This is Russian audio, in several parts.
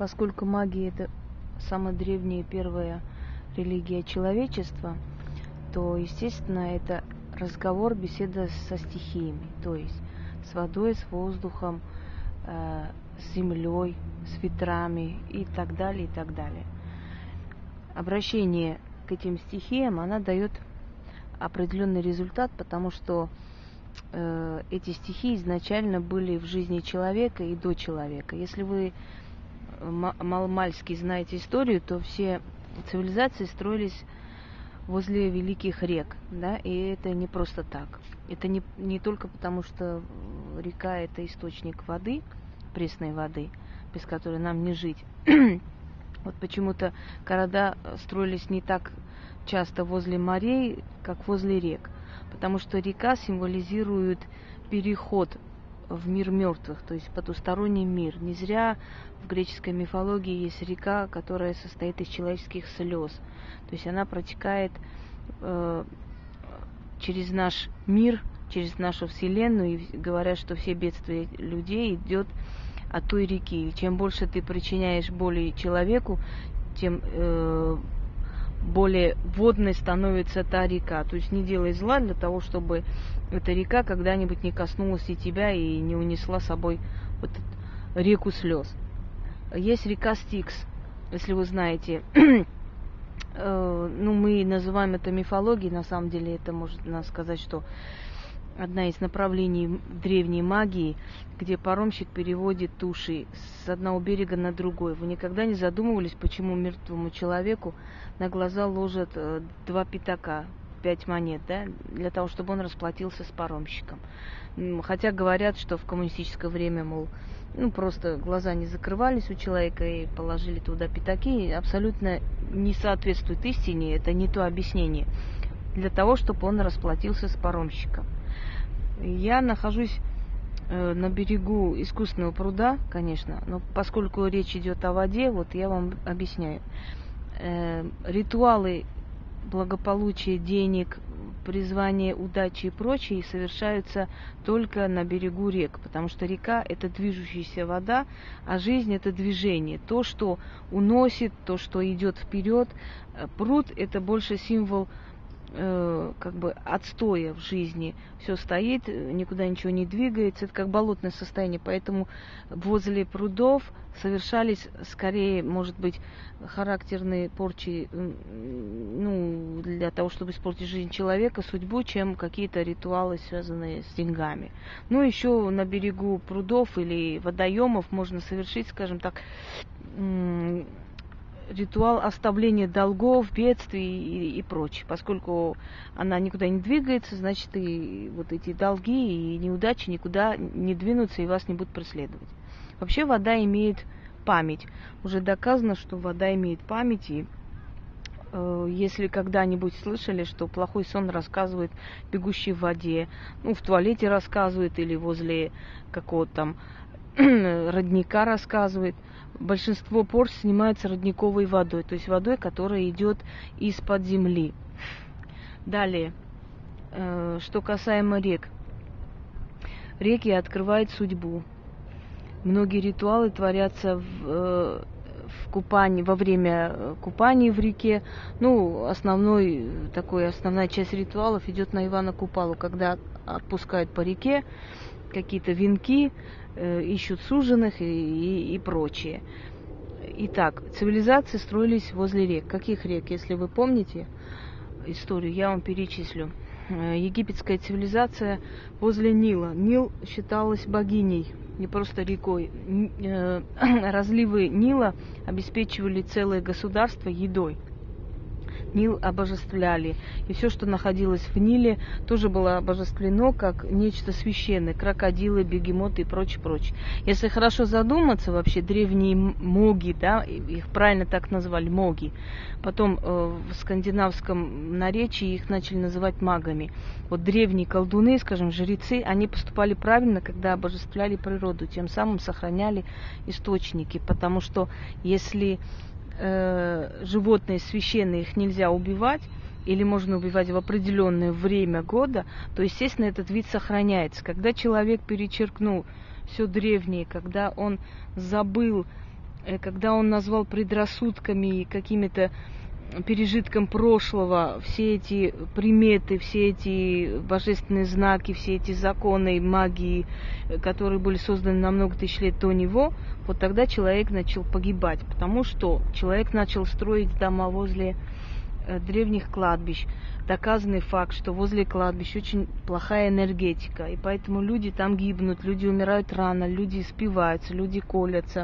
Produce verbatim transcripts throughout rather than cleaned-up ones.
Поскольку магия — это самая древняя и первая религия человечества, то, естественно, это разговор, беседа со стихиями, то есть с водой, с воздухом, э, с землей, с ветрами и так далее, и так далее. Обращение к этим стихиям, она дает определенный результат, потому что э, эти стихии изначально были в жизни человека и до человека. Если вы маломальски знаете историю, то все цивилизации строились возле великих рек, да, и это не просто так. Это не, не только потому, что река — это источник воды, пресной воды, без которой нам не жить. Вот почему-то города строились не так часто возле морей, как возле рек, потому что река символизирует переход в мир мертвых, то есть потусторонний мир. Не зря в греческой мифологии есть река, которая состоит из человеческих слез. То есть она протекает э, через наш мир, через нашу вселенную, и говорят, что все бедствия людей идет от той реки. И чем больше ты причиняешь боли человеку, тем э, более водной становится та река. То есть не делай зла для того, чтобы эта река когда-нибудь не коснулась и тебя и не унесла с собой вот эту реку слез. Есть река Стикс, если вы знаете. Ну, мы называем это мифологией, на самом деле это можно сказать, что одна из направлений древней магии, где паромщик переводит души с одного берега на другой. Вы никогда не задумывались, почему мертвому человеку на глаза ложат два пятака, пять монет, да, для того, чтобы он расплатился с паромщиком? Хотя говорят, что в коммунистическое время, мол, ну, просто глаза не закрывались у человека и положили туда пятаки, абсолютно не соответствует истине, это не то объяснение, для того, чтобы он расплатился с паромщиком. Я нахожусь э, на берегу искусственного пруда, конечно, но поскольку речь идет о воде, вот я вам объясняю. Э, ритуалы благополучия, денег, призвания удачи и прочее совершаются только на берегу рек, потому что река — это движущаяся вода, а жизнь — это движение, то, что уносит, то, что идет вперед. Пруд — это больше символ э, как бы отстоя в жизни. Все стоит, никуда ничего не двигается, это как болотное состояние, поэтому возле прудов совершались скорее, может быть, характерные порчи, ну, для того, чтобы испортить жизнь человека, судьбу, чем какие-то ритуалы, связанные с деньгами. Ну, еще на берегу прудов или водоемов можно совершить, скажем так, ритуал оставления долгов, бедствий и, и прочее. Поскольку она никуда не двигается, значит, и вот эти долги и неудачи никуда не двинутся и вас не будут преследовать. Вообще вода имеет память. Уже доказано, что вода имеет память. И э, если когда-нибудь слышали, что плохой сон рассказывает бегущий в воде, ну, в туалете рассказывает или возле какого-то там родника рассказывает, большинство порч снимается родниковой водой, то есть водой, которая идет из-под земли. Далее, э, что касаемо рек. Реки открывают судьбу. Многие ритуалы творятся в, э, в купании, во время купания в реке. Ну, основной, такой, основная часть ритуалов идет на Ивана Купалу, когда отпускают по реке какие-то венки, э, ищут суженых и, и, и прочее. Итак, цивилизации строились возле рек. Каких рек? Если вы помните историю, я вам перечислю. Египетская цивилизация возле Нила. Нил считалась богиней, не просто рекой. Разливы Нила обеспечивали целое государство едой. Нил обожествляли. И все, что находилось в Ниле, тоже было обожествлено как нечто священное. Крокодилы, бегемоты и прочее, прочее. Если хорошо задуматься, вообще древние моги, да, их правильно так назвали, моги. Потом э, в скандинавском наречии их начали называть магами. Вот древние колдуны, скажем, жрецы, они поступали правильно, когда обожествляли природу, тем самым сохраняли источники. Потому что если животные священные, их нельзя убивать, или можно убивать в определенное время года, то, естественно, этот вид сохраняется. Когда человек перечеркнул все древнее, когда он забыл когда он назвал предрассудками и какими-то пережитком прошлого все эти приметы, все эти божественные знаки, все эти законы магии, которые были созданы на много тысяч лет до него, вот тогда человек начал погибать, потому что человек начал строить дома возле древних кладбищ. Доказанный факт, что возле кладбищ очень плохая энергетика, и поэтому люди там гибнут, люди умирают рано, люди спиваются, люди колятся.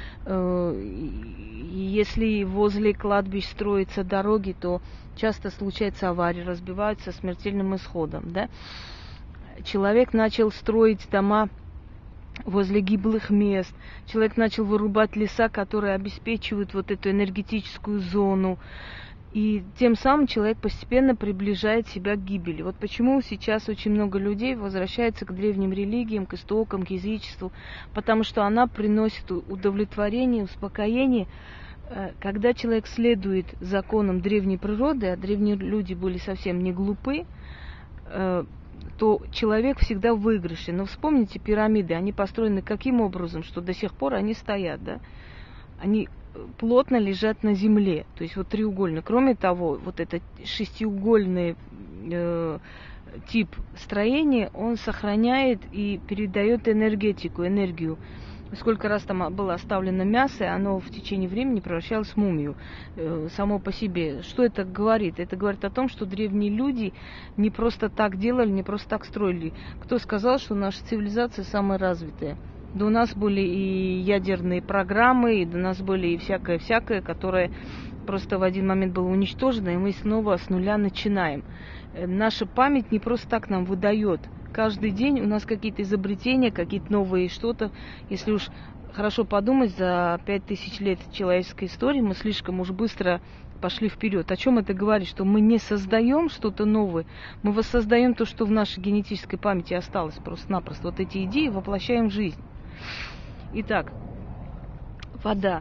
И если возле кладбищ строятся дороги, то часто случаются аварии, разбиваются смертельным исходом. Да? Человек начал строить дома возле гиблых мест, человек начал вырубать леса, которые обеспечивают вот эту энергетическую зону. И тем самым человек постепенно приближает себя к гибели. Вот почему сейчас очень много людей возвращается к древним религиям, к истокам, к язычеству, потому что она приносит удовлетворение, успокоение. Когда человек следует законам древней природы, а древние люди были совсем не глупы, то человек всегда в выигрыше. Но вспомните пирамиды, они построены каким образом, что до сих пор они стоят, да? Они плотно лежат на земле, то есть вот треугольно. Кроме того, вот этот шестиугольный э, тип строения, он сохраняет и передает энергетику, энергию. Сколько раз там было оставлено мясо, оно в течение времени превращалось в мумию э, само по себе. Что это говорит? Это говорит о том, что древние люди не просто так делали, не просто так строили. Кто сказал, что наша цивилизация самая развитая? Да у нас были и ядерные программы, и у нас были и всякое-всякое, которое просто в один момент было уничтожено, и мы снова с нуля начинаем. Наша память не просто так нам выдает. Каждый день у нас какие-то изобретения, какие-то новые что-то. Если уж хорошо подумать, за пять тысяч лет человеческой истории мы слишком уж быстро пошли вперед. О чем это говорит? Что мы не создаем что-то новое, мы воссоздаем то, что в нашей генетической памяти осталось просто-напросто. Вот эти идеи воплощаем в жизнь. Итак, вода,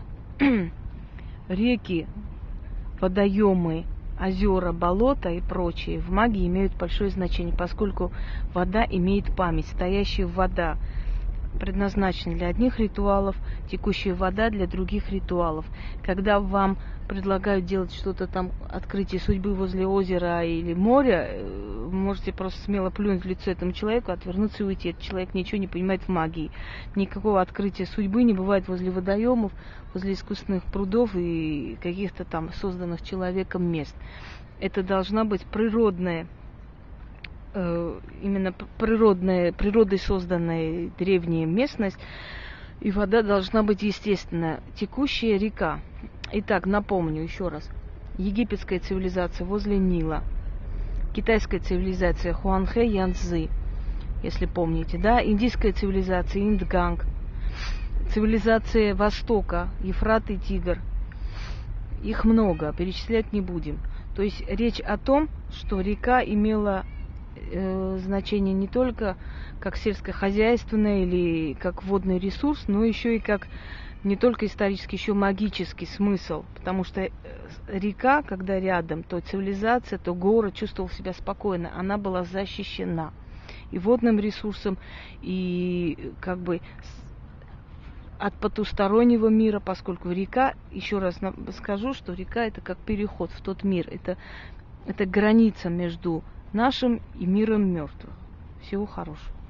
реки, водоемы, озера, болота и прочее в магии имеют большое значение, поскольку вода имеет память. Стоящая вода предназначена для одних ритуалов, текущая вода для других ритуалов. Когда вам предлагают делать что-то там, открытие судьбы возле озера или моря, вы можете просто смело плюнуть в лицо этому человеку, отвернуться и уйти. Этот человек ничего не понимает в магии. Никакого открытия судьбы не бывает возле водоемов, возле искусственных прудов и каких-то там созданных человеком мест. Это должна быть природная, э, именно природная, природой созданная древняя местность, и вода должна быть естественная, текущая река. Итак, напомню еще раз. Египетская цивилизация возле Нила, китайская цивилизация Хуанхэ, Янцзы, если помните, да, индийская цивилизация Инд-Ганг, цивилизация Востока, Ефрат и Тигр. Их много, перечислять не будем. То есть речь о том, что река имела э, значение не только как сельскохозяйственное или как водный ресурс, но еще и как не только исторический, еще магический смысл. Потому что река, когда рядом, то цивилизация, то город чувствовал себя спокойно, она была защищена и водным ресурсом, и как бы от потустороннего мира, поскольку река, еще раз скажу, что река это как переход в тот мир, это, это граница между нашим и миром мертвых. Всего хорошего.